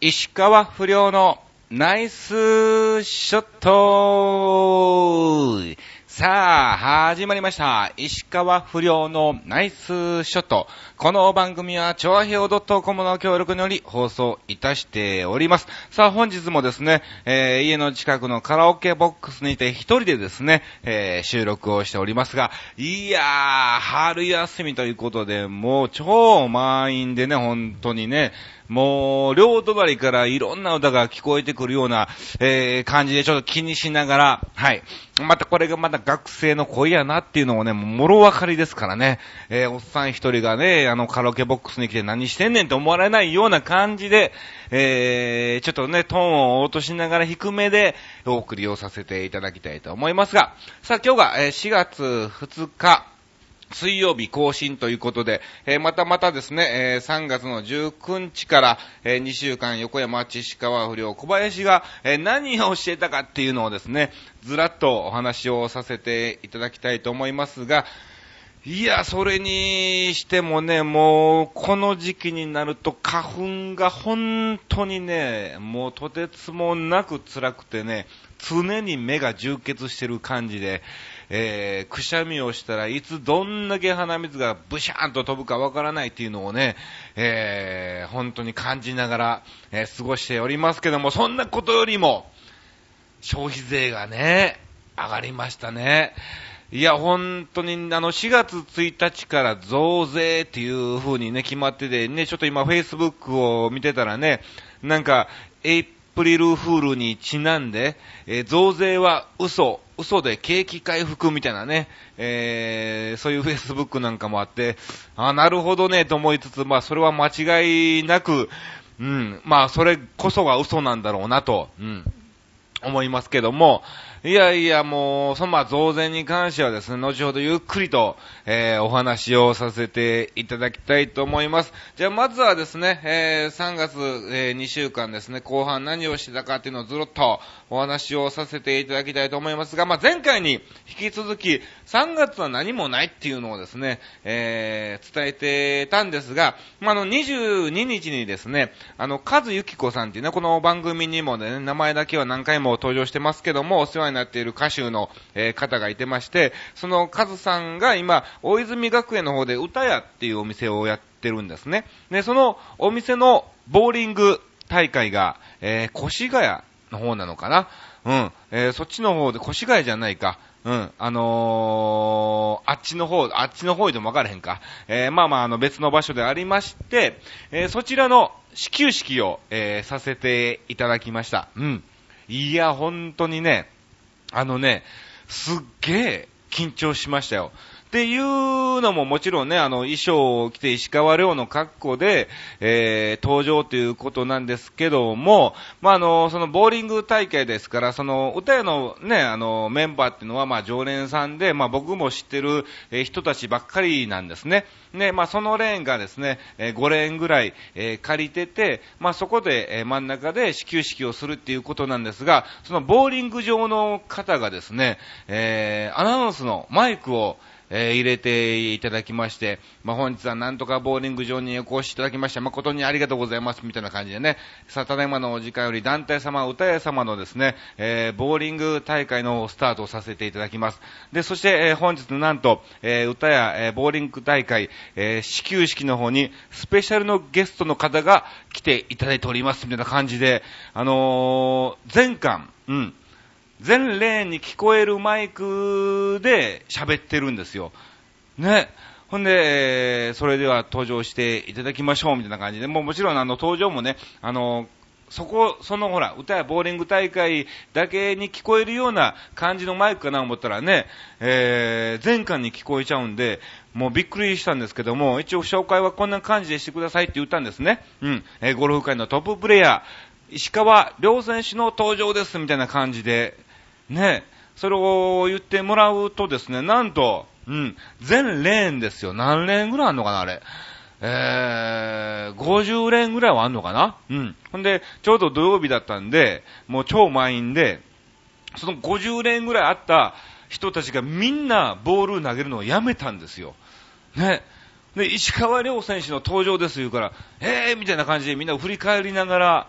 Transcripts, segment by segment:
石川不良のナイスショット。さあ、始まりました。石川不良のナイスショット。この番組は、チョアヘオ .com の協力により放送いたしております。さあ、本日もですね、家の近くのカラオケボックスにて一人でですね、収録をしておりますが、いやー、春休みということで、もう超満員でね、本当にね、もう、両隣からいろんな歌が聞こえてくるような、感じでちょっと気にしながら、はい。またこれがまた学生の声やなっていうのもね、もろわかりですからね、おっさん一人がね、カラオケボックスに来て何してんねんと思われないような感じで、ちょっとね、トーンを落としながら低めでお送りをさせていただきたいと思いますが、さあ今日が4月2日、水曜日更新ということで、またですね、3月の19日から、2週間横山、千川不良、小林が、何をしてたかっていうのをですね、ずらっとお話をさせていただきたいと思いますが、いや、それにしてもね、もう、この時期になると花粉が本当にね、もうとてつもなく辛くてね、常に目が充血してる感じで、くしゃみをしたらいつどんだけ鼻水がブシャーンと飛ぶかわからないっていうのをね、本当に感じながら、過ごしておりますけども、そんなことよりも、消費税がね、上がりましたね。いや、本当に、4月1日から増税っていう風にね、決まっててね、ちょっと今、Facebook を見てたらね、なんか、エイプリルフールにちなんで、増税は嘘で景気回復みたいなね、そういう Facebook なんかもあって、なるほどね、と思いつつ、まあ、それは間違いなく、まあ、それこそが嘘なんだろうなと、思いますけども、いや、もう、まあ、増税に関してはですね、後ほどゆっくりと、お話をさせていただきたいと思います。じゃあ、まずはですね、3月、2週間ですね、後半何をしてたかっていうのをずっとお話をさせていただきたいと思いますが、まあ、前回に引き続き、3月は何もないっていうのをですね、伝えてたんですが、まあ、22日にですね、和ゆきこさんっていうね、この番組にもね、名前だけは何回も登場してますけども、お世話になっている歌手の、方がいてまして、そのカズさんが今、大泉学園の方で歌屋っていうお店をやってるんですね。で、そのお店のボーリング大会が、越谷の方なのかな。そっちの方で、越谷じゃないか。あっちの方でも分からへんか。別の場所でありまして、そちらの始球式を、させていただきました。いや、本当にね、すっげー緊張しましたよ。っていうのももちろんね、衣装を着て石川遼の格好で、登場ということなんですけども、そのボーリング大会ですから、その歌屋のね、メンバーっていうのは常連さんで、僕も知ってる、人たちばっかりなんですね。で、そのレーンがですね、5レーンぐらい、借りてて、そこで、真ん中で始球式をするっていうことなんですが、そのボーリング場の方がですね、アナウンスのマイクを入れていただきまして、本日はなんとかボーリング場にお越しいただきまして、誠にありがとうございます、みたいな感じでね、ただいまのお時間より団体様、歌屋様のですね、ボーリング大会のスタートをさせていただきます。で、そして、本日なんと、歌屋、ボーリング大会、始球式の方に、スペシャルのゲストの方が来ていただいております、みたいな感じで、全館、全レーンに聞こえるマイクで喋ってるんですよ。ね。ほんで、それでは登場していただきましょうみたいな感じで、もちろん登場もね、そのほら、歌やボーリング大会だけに聞こえるような感じのマイクかなと思ったらね、全館に聞こえちゃうんで、もうびっくりしたんですけども、一応紹介はこんな感じでしてくださいって言ったんですね。ゴルフ界のトッププレイヤー、石川遼選手の登場ですみたいな感じで、ね、それを言ってもらうとですね、なんと、全レーンですよ。何レーンぐらいあんのかな、あれ。50レーンぐらいはあんのかな。ほんで、ちょうど土曜日だったんで、もう超満員で、その50レーンぐらいあった人たちがみんなボール投げるのをやめたんですよ。ね。で、石川遼選手の登場です言うから、みたいな感じでみんな振り返りながら、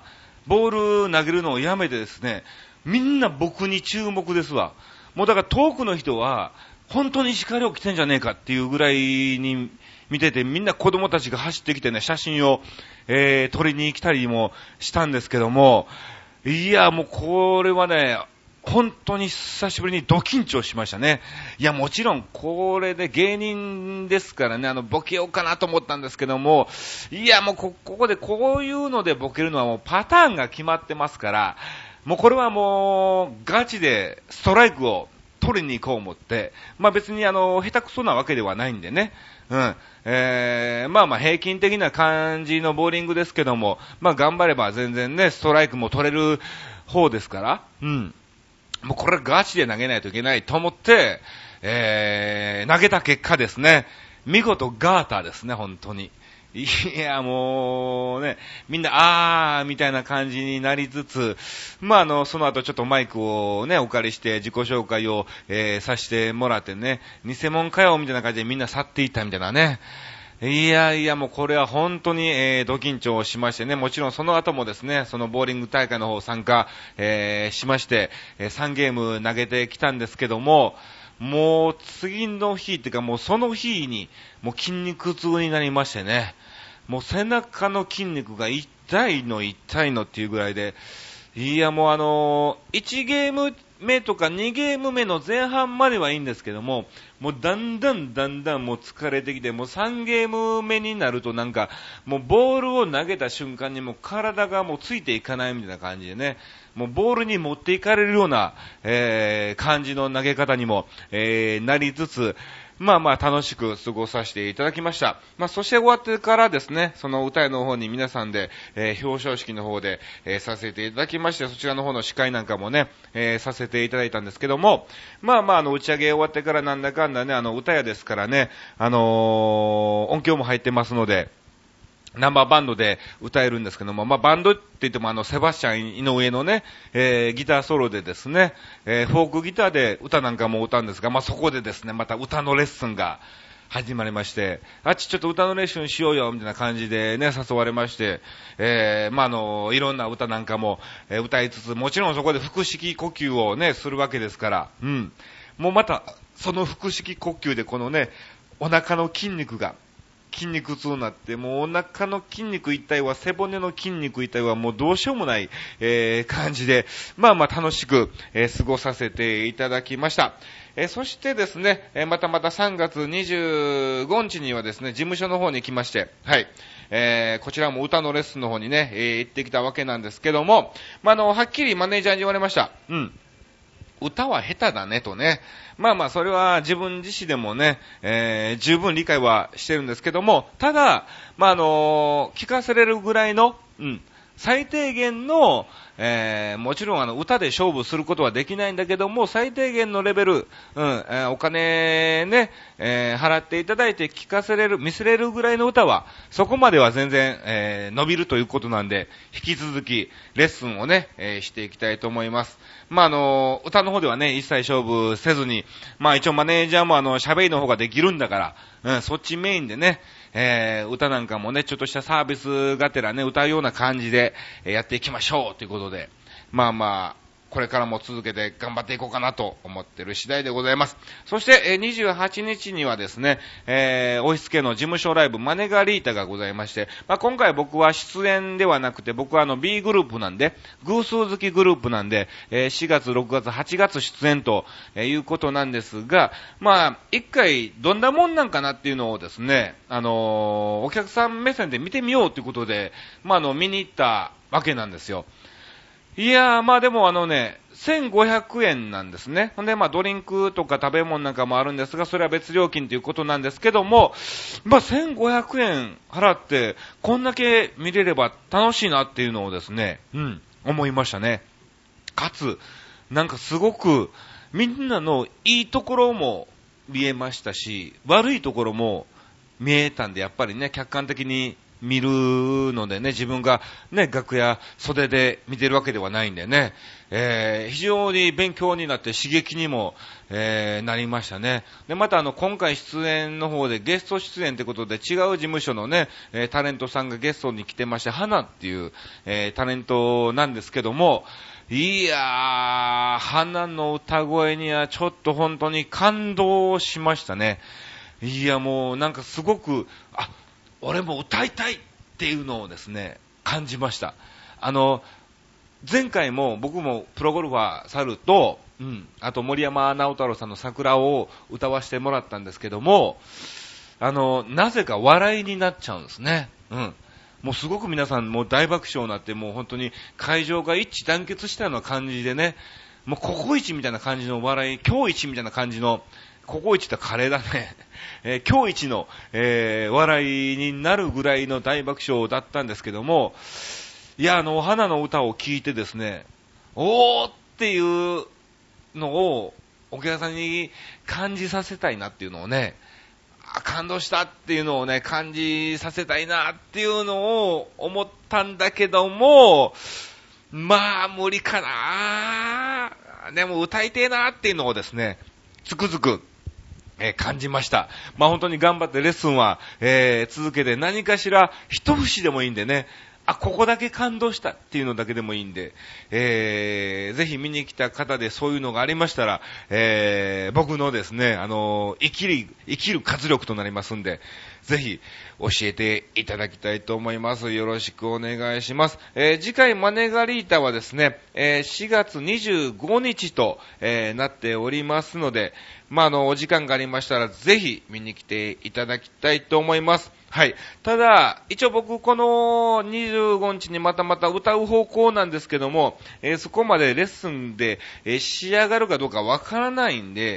ボール投げるのをやめてですね、みんな僕に注目ですわ。もうだから遠くの人は、本当に石川遼来てんじゃねえかっていうぐらいに見てて、みんな子供たちが走ってきてね、写真を、撮りに来たりもしたんですけども、いや、もうこれはね、本当に久しぶりにド緊張しましたね。いや、もちろん、これで芸人ですからね、ボケようかなと思ったんですけども、いや、もうここでこういうのでボケるのはもうパターンが決まってますから、もうこれはもう、ガチでストライクを取りに行こう思って、まあ別に下手くそなわけではないんでね、うん。まあまあ平均的な感じのボーリングですけども、まあ頑張れば全然ね、ストライクも取れる方ですから、うん。もうこれガチで投げないといけないと思って、投げた結果ですね、見事ガーターですね、本当に。いや、もうね、みんな、みたいな感じになりつつ、まあ、その後ちょっとマイクをね、お借りして自己紹介を、させてもらってね、偽物かよ、みたいな感じでみんな去っていったみたいなね。いやいや、もうこれは本当に、ド緊張しましてね、もちろんその後もですね、そのボーリング大会の方参加、しまして、3ゲーム投げてきたんですけども、もう次の日っていうかもうその日にもう筋肉痛になりましてね、もう背中の筋肉が痛いのっていうぐらいで、いやもう1ゲーム目とか2ゲーム目の前半まではいいんですけども、もうだんだんもう疲れてきて、もう3ゲーム目になるとなんか、もうボールを投げた瞬間にもう体がもうついていかないみたいな感じでね、もうボールに持っていかれるような、感じの投げ方にも、なりつつ、まあまあ楽しく過ごさせていただきました。まあそして終わってからですね、その歌いの方に皆さんで、表彰式の方で、させていただきまして、そちらの方の司会なんかもね、させていただいたんですけども、まあまあ打ち上げ終わってからなんだかんだね、歌屋ですからね、音響も入ってますので、ナンバーバンドで歌えるんですけども、まあバンドって言ってもセバスチャン井上のね、ギターソロでですね、フォークギターで歌なんかも歌うんですが、まあそこでですね、また歌のレッスンが始まりまして、ちょっと歌のレッスンしようよ、みたいな感じでね、誘われまして、まあいろんな歌なんかも、歌いつつ、もちろんそこで腹式呼吸をね、するわけですから、うん。もうまた、その腹式呼吸でこのね、お腹の筋肉痛になって、もうお腹の筋肉一体は、背骨の筋肉一体はもうどうしようもない、感じで、まあまあ楽しく、過ごさせていただきました。そしてですね、また3月25日にはですね、事務所の方に来まして、はい。こちらも歌のレッスンの方にね、行ってきたわけなんですけども、まあはっきりマネージャーに言われました。うん。歌は下手だねとね。まあまあそれは自分自身でもね、十分理解はしてるんですけども、ただ、まあ聞かせれるぐらいの、最低限の、もちろん歌で勝負することはできないんだけども、最低限のレベル、お金ね、払っていただいて聞かせれる、見せれるぐらいの歌は、そこまでは全然、伸びるということなんで、引き続きレッスンをね、していきたいと思います。まあ歌の方ではね、一切勝負せずに、まあ一応マネージャーも喋りの方ができるんだから、そっちメインでね、歌なんかもね、ちょっとしたサービスがてらね、歌うような感じで、やっていきましょうということで、まあまあ、これからも続けて頑張っていこうかなと思っている次第でございます。そして、28日にはですね、オフィス系の事務所ライブマネガリータがございまして、まあ今回僕は出演ではなくて、僕はB グループなんで、偶数好きグループなんで、4月、6月、8月出演ということなんですが、まあ一回どんなもんなんかなっていうのをですね、お客さん目線で見てみようということで、まあ見に行ったわけなんですよ。いやー、まあでも1500円なんですね。ほんで、まあドリンクとか食べ物なんかもあるんですが、それは別料金ということなんですけども、まあ1500円払って、こんだけ見れれば楽しいなっていうのをですね、思いましたね。かつ、なんかすごく、みんなのいいところも見えましたし、悪いところも見えたんで、やっぱりね、客観的に見るのでね、自分がね、楽屋、袖で見てるわけではないんでね、非常に勉強になって刺激にも、なりましたね。で、また今回出演の方でゲスト出演ということで違う事務所のね、タレントさんがゲストに来てまして、花っていう、タレントなんですけども、いやー、花の歌声にはちょっと本当に感動しましたね。いや、もうなんかすごく、俺も歌いたいっていうのをですね、感じました。前回も僕もプロゴルファー猿と、あと森山直太朗さんの桜を歌わせてもらったんですけども、なぜか笑いになっちゃうんですね。もうすごく皆さんもう大爆笑になって、もう本当に会場が一致団結したような感じでね、もうココイチみたいな感じの笑い、今日一みたいな感じの、ココイチってカレーだね。今日一の、笑いになるぐらいの大爆笑だったんですけども、いや、花の歌を聴いてですね、おーっていうのをお客さんに感じさせたいなっていうのをね、感動したっていうのをね、感じさせたいなっていうのを思ったんだけども、まあ無理かな。でも歌いてえなっていうのをですね、つくづく感じました。まあ本当に頑張ってレッスンは、続けて何かしら一節でもいいんでね、ここだけ感動したっていうのだけでもいいんで、ぜひ見に来た方でそういうのがありましたら、僕のですね、生きる活力となりますんで、ぜひ教えていただきたいと思います。よろしくお願いします。次回マネガリータはですね、4月25日と、なっておりますので、お時間がありましたらぜひ見に来ていただきたいと思います。はい。ただ、一応僕この25日にまた歌う方向なんですけども、そこまでレッスンで、仕上がるかどうかわからないんで、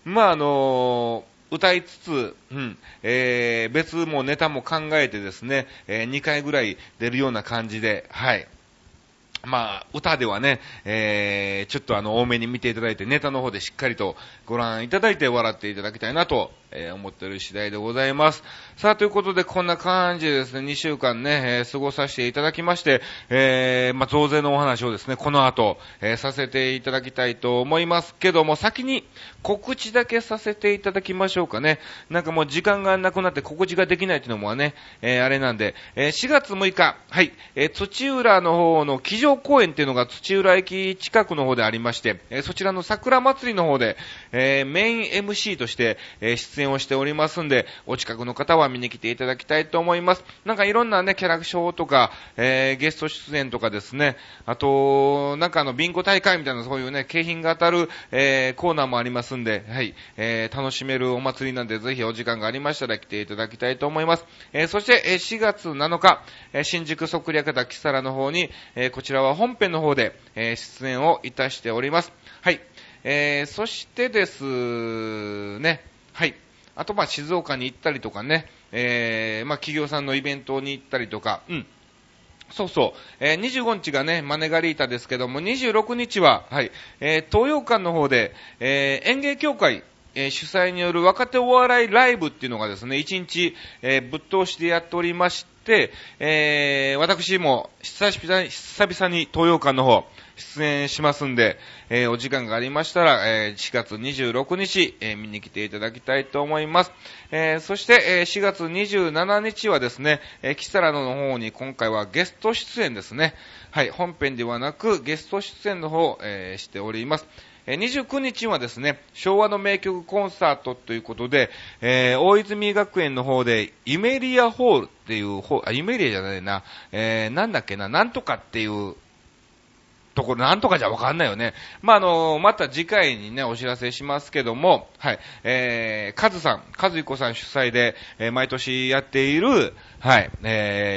歌いつつ、別もネタも考えてですね、2回ぐらい出るような感じで、はい。歌ではね、ちょっと多めに見ていただいて、ネタの方でしっかりとご覧いただいて笑っていただきたいなと、思っている次第でございます。さあ、ということで、こんな感じでですね、2週間ね、過ごさせていただきまして、増税のお話をですね、この後、させていただきたいと思いますけども、先に告知だけさせていただきましょうかね。なんかもう時間がなくなって告知ができないというのもね、あれなんで、4月6日、はい、土浦の方の机上公園っていうのが土浦駅近くの方でありまして、そちらの桜祭りの方で、メイン MC として、出演をしておりますんで、お近くの方は見に来ていただきたいと思います。なんかいろんなね、キャラクションとか、ゲスト出演とかですね、あと、なんかビンゴ大会みたいなそういうね、景品が当たる、コーナーもありますんで、はい、楽しめるお祭りなんで、ぜひお時間がありましたら来ていただきたいと思います。そして、4月7日、新宿即略田木更の方に、こちらは本編の方で、出演をいたしております。はい。そしてですね、はい。あと、静岡に行ったりとかね、企業さんのイベントに行ったりとか、そうそう。25日がね、マネガリータですけども、26日は、はい、東洋館の方で、演芸協会、主催による若手お笑いライブっていうのがですね、1日、ぶっ通しでやっておりまして、私も久々に東洋館の方、出演しますんで、お時間がありましたら、4月26日、見に来ていただきたいと思います。そして、4月27日はですね、キサラの方に今回はゲスト出演ですね。はい、本編ではなくゲスト出演の方、しております。29日はですね、昭和の名曲コンサートということで、大泉学園の方で、ユメリアホールっていうユメリアじゃないな、なんだっけな、なんとかっていうところ、なんとかじゃわかんないよね。また次回にね、お知らせしますけども、はい、和彦さん主催で、毎年やっている、はい、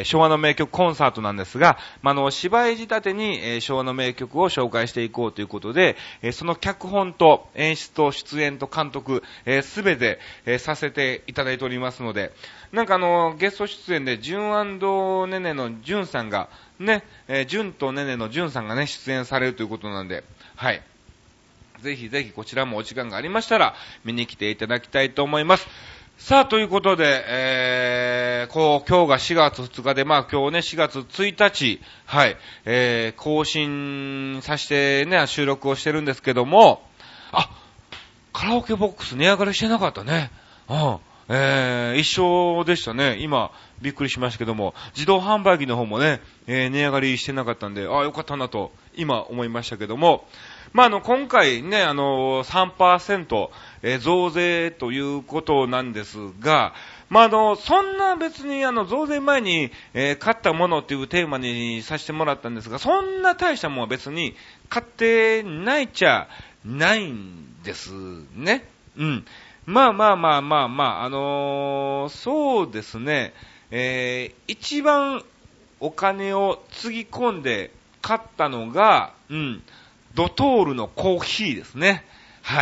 昭和の名曲コンサートなんですが、芝居仕立てに、昭和の名曲を紹介していこうということで、その脚本と演出と出演と監督、すべて、させていただいておりますので、なんかゲスト出演で、ジュン&ネネのジュンさんが、ね、ジュンとネネのジュンさんがね、出演されるということなんで、はい。ぜひぜひこちらもお時間がありましたら、見に来ていただきたいと思います。 さあ、ということで、今日が4月2日で、今日ね、4月1日、はい、更新させてね、収録をしてるんですけども、カラオケボックス値上がりしてなかったね。一緒でしたね。今、びっくりしましたけども、自動販売機の方もね、値上がりしてなかったんで、よかったなと、今思いましたけども、今回ね、3%、増税ということなんですが、そんな別に増税前に、買ったものっていうテーマにさせてもらったんですが、そんな大したものは別に買ってないっちゃないんですね。うん。そうですね、一番お金をつぎ込んで買ったのが、ドトールのコーヒーですね。はい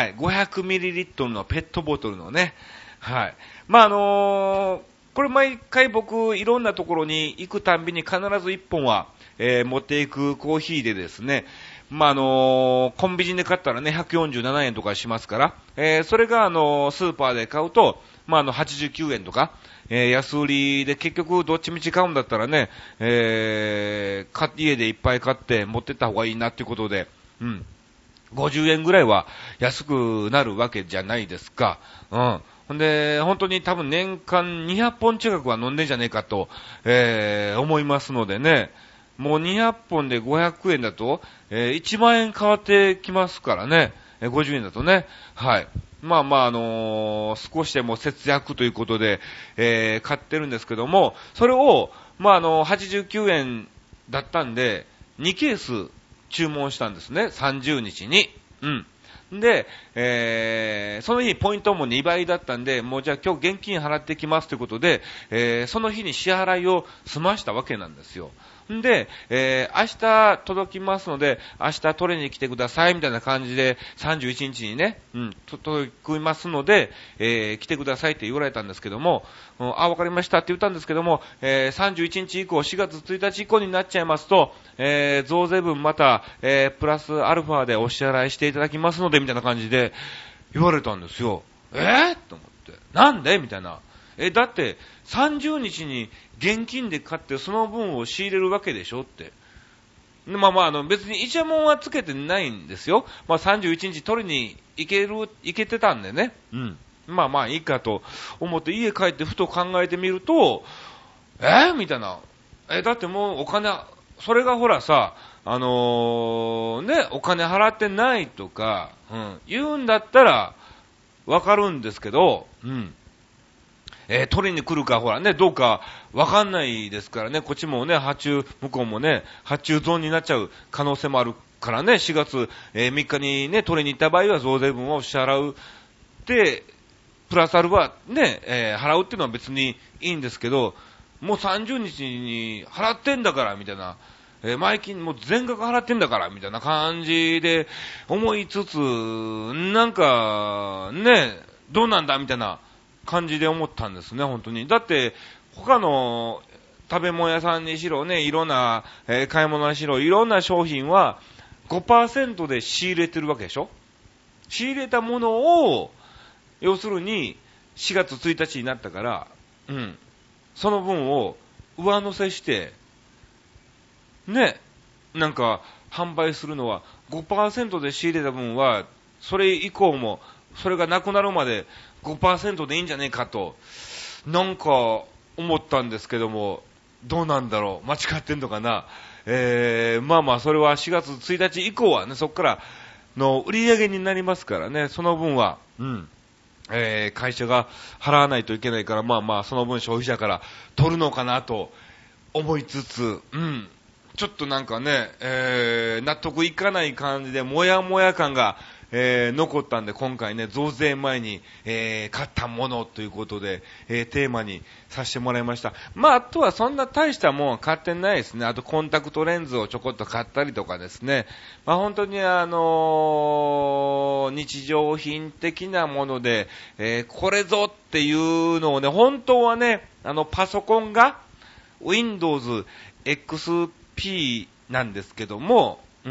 。500ml のペットボトルのね。はい。これ毎回僕いろんなところに行くたんびに必ず1本は、持っていくコーヒーでですね。コンビニで買ったらね、147円とかしますから、それがスーパーで買うと、89円とか、安売りで結局どっちみち買うんだったらね、家でいっぱい買って持ってった方がいいなっていうことで、50円ぐらいは安くなるわけじゃないですか。ほんで、本当に多分年間200本近くは飲んでんじゃねえかと、思いますのでね、もう200本で500円だと、1万円変わってきますからね、50円だとね、はい。少しでも節約ということで、買ってるんですけども、それを、89円だったんで、2ケース注文したんですね、30日に。で、その日ポイントも2倍だったんで、もうじゃあ今日現金払ってきますということで、その日に支払いを済ましたわけなんですよ。で、明日届きますので、明日取りに来てくださいみたいな感じで、31日にね、届きますので、来てくださいって言われたんですけども、わかりましたって言ったんですけども、31日以降、4月1日以降になっちゃいますと、増税分また、プラスアルファでお支払いしていただきますので、みたいな感じで言われたんですよ。と思って。なんでみたいな。だって、30日に現金で買ってその分を仕入れるわけでしょって。別にイチャモンはつけてないんですよ。31日取りに行けてたんでね。いいかと思って家帰ってふと考えてみると、みたいな。だってもうお金、それがほらさ、お金払ってないとか、言うんだったらわかるんですけど、取りに来るかほらね、どうかわかんないですからね、こっちもね、向こうもね、発注損になっちゃう可能性もあるからね、4月、3日にね、取りに行った場合は増税分を支払うって、プラスアルファね、払うっていうのは別にいいんですけど、もう30日に払ってんだから、みたいな。前金もう全額払ってんだから、みたいな感じで思いつつ、なんか、ね、どうなんだ、みたいな感じで思ったんですね、本当に。だって、他の食べ物屋さんにしろね、いろんな、買い物にしろ、いろんな商品は 5% で仕入れてるわけでしょ？仕入れたものを、要するに、4月1日になったから、その分を上乗せして、ね、なんか、販売するのは 5% で仕入れた分は、それ以降も、それがなくなるまで 5% でいいんじゃねえかと、なんか思ったんですけども、どうなんだろう、間違ってんのかな。それは4月1日以降はね、そこからの売り上げになりますからね、その分は、会社が払わないといけないから、その分消費者から取るのかなと思いつつ、ちょっとなんかね、納得いかない感じで、もやもや感が、残ったんで、今回ね、増税前に、買ったものということで、テーマにさせてもらいました。あとはそんな大したもんは買ってないですね。あとコンタクトレンズをちょこっと買ったりとかですね。本当に日常品的なもので、これぞっていうのをね、本当はね、パソコンが Windows XP なんですけども、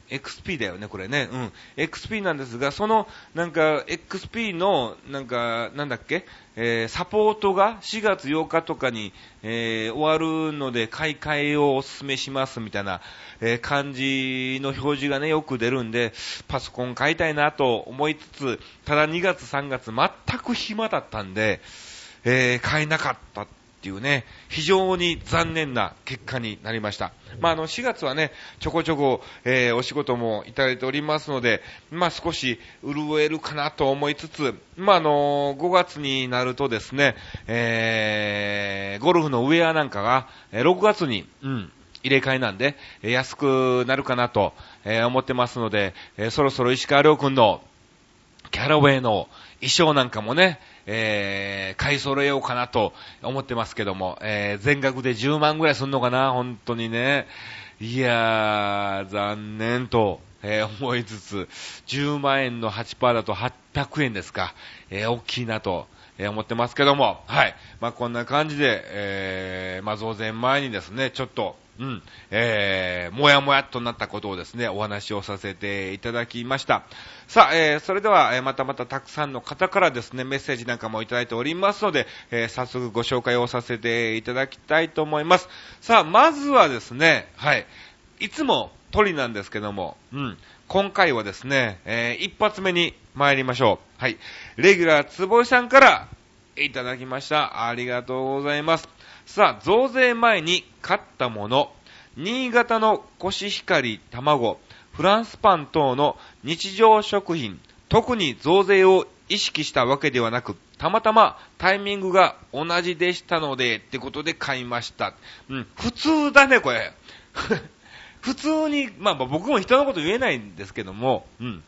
XP だよね、これね。XP なんですが、その、XP の、なんだっけ、サポートが4月8日とかに、終わるので、買い替えをお勧めしますみたいな、感じの表示がね、よく出るんで、パソコン買いたいなと思いつつ、ただ2月3月全く暇だったんで、買えなかったっていうね、非常に残念な結果になりました。4月はね、ちょこちょこ、お仕事もいただいておりますので、少し潤えるかなと思いつつ、5月になるとですね、ゴルフのウェアなんかが、6月に、入れ替えなんで、安くなるかなと、思ってますので、そろそろ石川遼くんのキャラウェイの衣装なんかもね、買い揃えようかなと思ってますけども、全額で10万ぐらいすんのかな、本当にね。いやー、残念と、思いつつ、10万円の 8% だと800円ですか。大きいなと、思ってますけども、はい。こんな感じで、増税前にですね、ちょっと、もやもやっとなったことをですね、お話をさせていただきました。さあ、それでは、またたくさんの方からですね、メッセージなんかもいただいておりますので、早速ご紹介をさせていただきたいと思います。さあ、まずはですね、はい。いつも鳥なんですけども、今回はですね、一発目に参りましょう。はい。レギュラー坪井さんからいただきました。ありがとうございます。さあ、増税前に買ったもの、新潟のコシヒカリ卵、フランスパン等の日常食品、特に増税を意識したわけではなく、たまたまタイミングが同じでしたので、ってことで買いました。普通だね、これ。普通に、僕も人のこと言えないんですけども、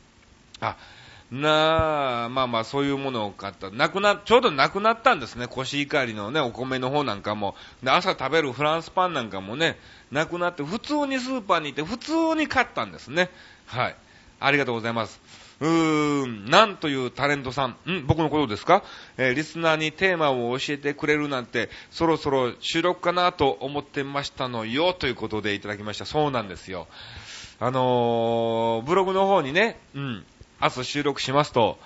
そういうものを買った。ちょうどなくなったんですね。コシヒカリのね、お米の方なんかも。で、朝食べるフランスパンなんかもね、なくなって、普通にスーパーに行って、普通に買ったんですね。はい。ありがとうございます。なんというタレントさん。僕のことですか？リスナーにテーマを教えてくれるなんて、そろそろ収録かなと思ってましたのよ、ということでいただきました。そうなんですよ。ブログの方にね、明日収録しますと、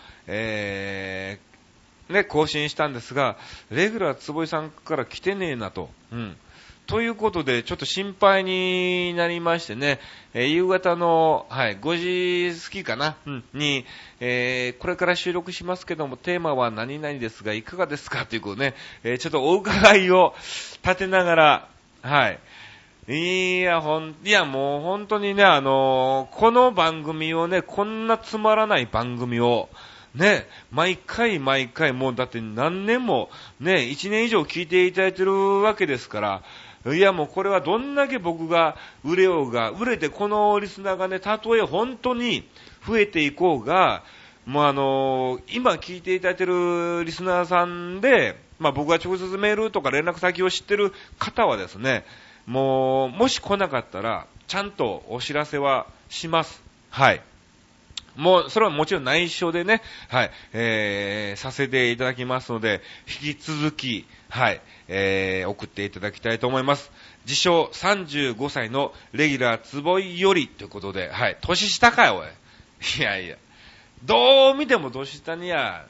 更新したんですが、レギュラー坪井さんから来てねえなと。ということで、ちょっと心配になりましてね、夕方の、5時過ぎかな、に、これから収録しますけども、テーマは何々ですが、いかがですかということね、ちょっとお伺いを立てながら、いや、もう本当にね、この番組をね、こんなつまらない番組を、ね、毎回、もうだって何年も、ね、1年以上聞いていただいてるわけですから、いやもうこれはどんだけ僕が売れようが、売れてこのリスナーがね、たとえ本当に増えていこうが、もう今聞いていただいてるリスナーさんで、僕が直接メールとか連絡先を知ってる方はですね、もし来なかったら、ちゃんとお知らせはします。はい。もう、それはもちろん内緒でね、させていただきますので、引き続き、送っていただきたいと思います。自称35歳のレギュラー坪井よりということで、年下かよ、おい。いやいや。どう見ても年下にや、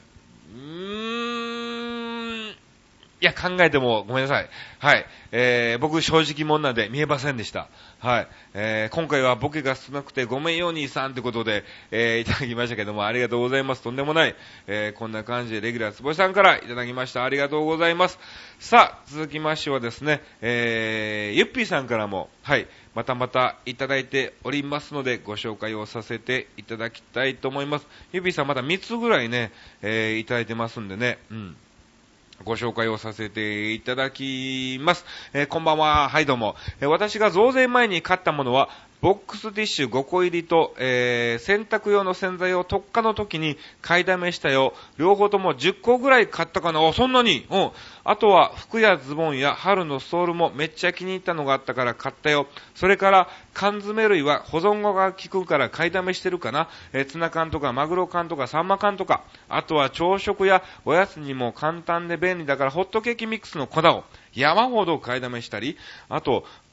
いや、考えてもごめんなさい。僕正直者なんで見えませんでした。今回はボケが少なくてごめんよ兄さんってことで、いただきましたけども、ありがとうございます。とんでもない。こんな感じでレギュラー坪井さんからいただきました。ありがとうございます。さあ、続きましてはですね、ゆっぴーさんからも、またいただいておりますので、ご紹介をさせていただきたいと思います。ゆっぴーさんまだ3つぐらいね、いただいてますんでね、ご紹介をさせていただきます。こんばんは。はい、どうも。私が増税前に買ったものは、ボックスティッシュ5個入りと、洗濯用の洗剤を特価の時に買いだめしたよ。両方とも10個ぐらい買ったかな。そんなに。あとは服やズボンや春のストールもめっちゃ気に入ったのがあったから買ったよ。それから缶詰類は保存が効くから買いだめしてるかな。ツナ缶とかマグロ缶とかサンマ缶とか。あとは朝食やおやつにも簡単で便利だからホットケーキミックスの粉を山ほど買いだめしたり、あと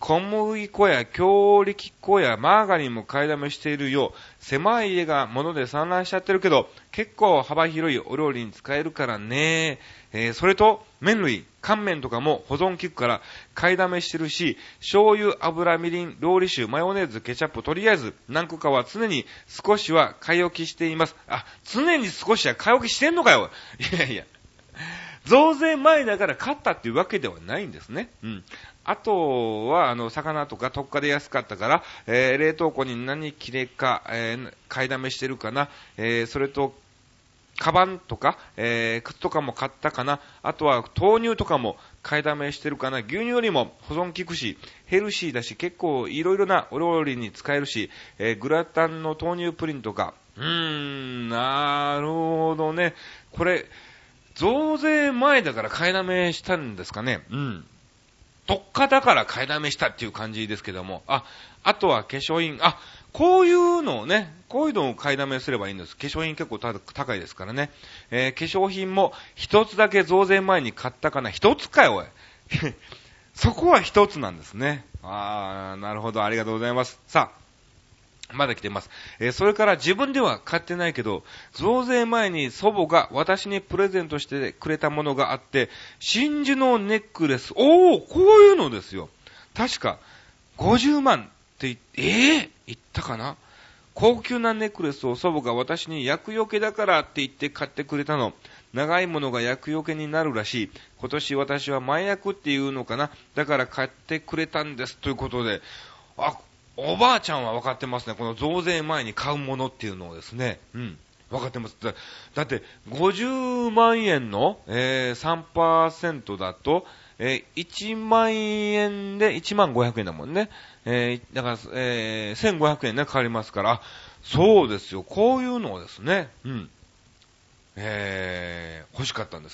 小麦粉や強力粉やマーガリンも買いだめしているよ。狭い家が物で散乱しちゃってるけど、結構幅広いお料理に使えるからね。それと、麺類、乾麺とかも保存効くから買いだめしてるし、醤油、油、みりん、料理酒、マヨネーズ、ケチャップ、とりあえず何個かは常に少しは買い置きしています。あ、常に少しは買い置きしてんのかよ。いやいや。増税前だから買ったっていうわけではないんですね。うん。あとは、魚とか特価で安かったから、冷凍庫に何切れか、買いだめしてるかな。それと、カバンとか、靴とかも買ったかな。あとは豆乳とかも買いだめしてるかな。牛乳よりも保存効くし、ヘルシーだし、結構いろいろなお料理に使えるし、グラタンの豆乳プリンとか。なるほどね。これ、増税前だから買いだめしたんですかね。うん。特価だから買いだめしたっていう感じですけども。あとは化粧品。こういうのをね、こういうのを買いだめすればいいんです。化粧品結構高いですからね。化粧品も一つだけ増税前に買ったかな。一つかよ、おい。そこは一つなんですね。なるほど。ありがとうございます。さあ。まだ来てます。それから自分では買ってないけど、増税前に祖母が私にプレゼントしてくれたものがあって、真珠のネックレス。こういうのですよ。確か、50万って言ったかな？高級なネックレスを祖母が私に厄除けだからって言って買ってくれたの。長いものが厄除けになるらしい。今年私は前厄っていうのかな。だから買ってくれたんです。ということで、おばあちゃんは分かってますね。この増税前に買うものっていうのをですね。分かってます。だって、50万円の、3% だと、1万円で1万500円だもんね。だから、1500円ね、かかりますから。そうですよ。こういうのをですね。欲しかったんです。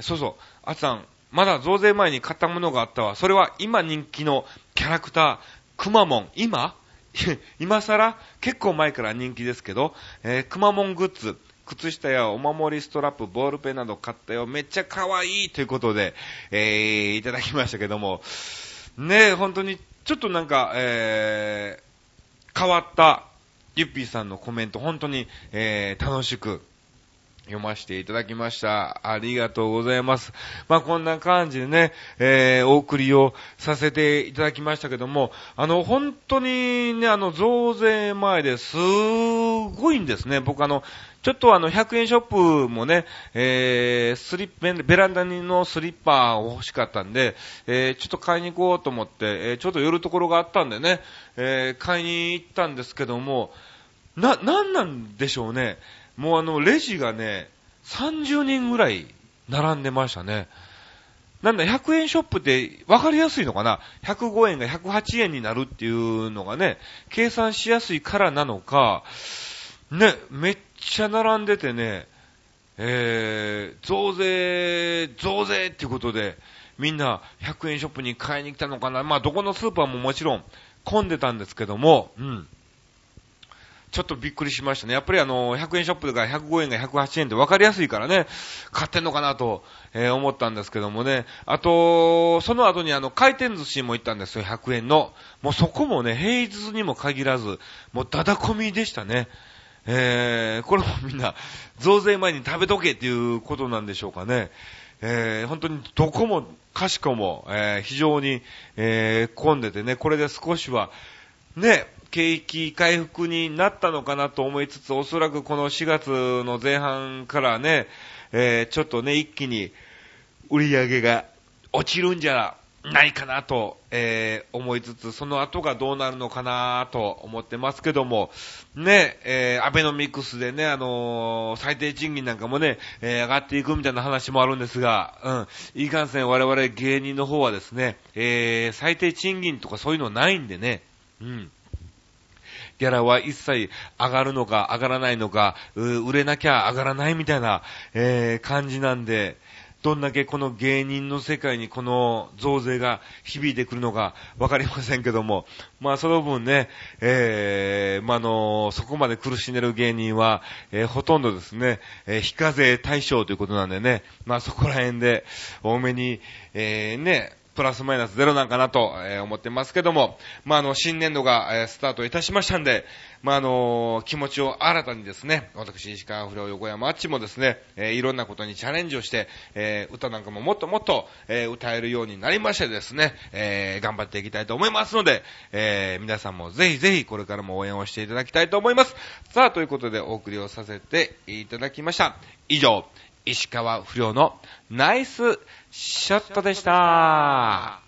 そうそう。あつさん、まだ増税前に買ったものがあったわ。それは今人気のキャラクター、くまモン。今更結構前から人気ですけど、くまモングッズ、靴下やお守りストラップ、ボールペンなど買ったよ。めっちゃ可愛いということで、いただきましたけども、ね、本当にちょっとなんか、変わったゆっぴーさんのコメント、本当に、楽しく読ませていただきました。ありがとうございます。こんな感じでね、お送りをさせていただきましたけども、本当にね、増税前ですごいんですね。僕ちょっと100円ショップもね、ベランダのスリッパを欲しかったんで、ちょっと買いに行こうと思って、ちょっと寄るところがあったんでね、買いに行ったんですけども、なんなんでしょうね。もうレジがね、30人ぐらい並んでましたね。なんだ、100円ショップって分かりやすいのかな？ 105 円が108円になるっていうのがね、計算しやすいからなのか、ね、めっちゃ並んでてね、増税っていうことで、みんな100円ショップに買いに来たのかな？どこのスーパーももちろん混んでたんですけども、ちょっとびっくりしましたね。やっぱり100円ショップが105円が108円って分かりやすいからね、買ってんのかなと、思ったんですけどもね。あと、その後に回転寿司も行ったんですよ、100円の。もうそこもね、平日にも限らず、もうダダ込みでしたね。これもみんな、増税前に食べとけっていうことなんでしょうかね。本当にどこもかしこも、非常に、混んでてね、これで少しは、ね、景気回復になったのかなと思いつつ、おそらくこの4月の前半からね、ちょっとね、一気に売り上げが落ちるんじゃないかなと、思いつつ、その後がどうなるのかなと思ってますけども、ね、アベノミクスでね、最低賃金なんかもね、上がっていくみたいな話もあるんですが、いかんせん我々芸人の方はですね、最低賃金とかそういうのないんでね、ギャラは一切上がるのか上がらないのか、売れなきゃ上がらないみたいな、感じなんで、どんだけこの芸人の世界にこの増税が響いてくるのかわかりませんけども、その分ね、そこまで苦しんでる芸人は、ほとんどですね、非課税対象ということなんでね、そこら辺で多めに、ね、 プラスマイナスゼロなんかなと、思ってますけども、新年度が、スタートいたしましたんで、気持ちを新たにですね、私、石川不良横山あっちもですね、いろんなことにチャレンジをして、歌なんかももっともっと、歌えるようになりましてですね、頑張っていきたいと思いますので、皆さんもぜひぜひこれからも応援をしていただきたいと思います。さあ、ということでお送りをさせていただきました。以上、石川不良のナイスショットでした。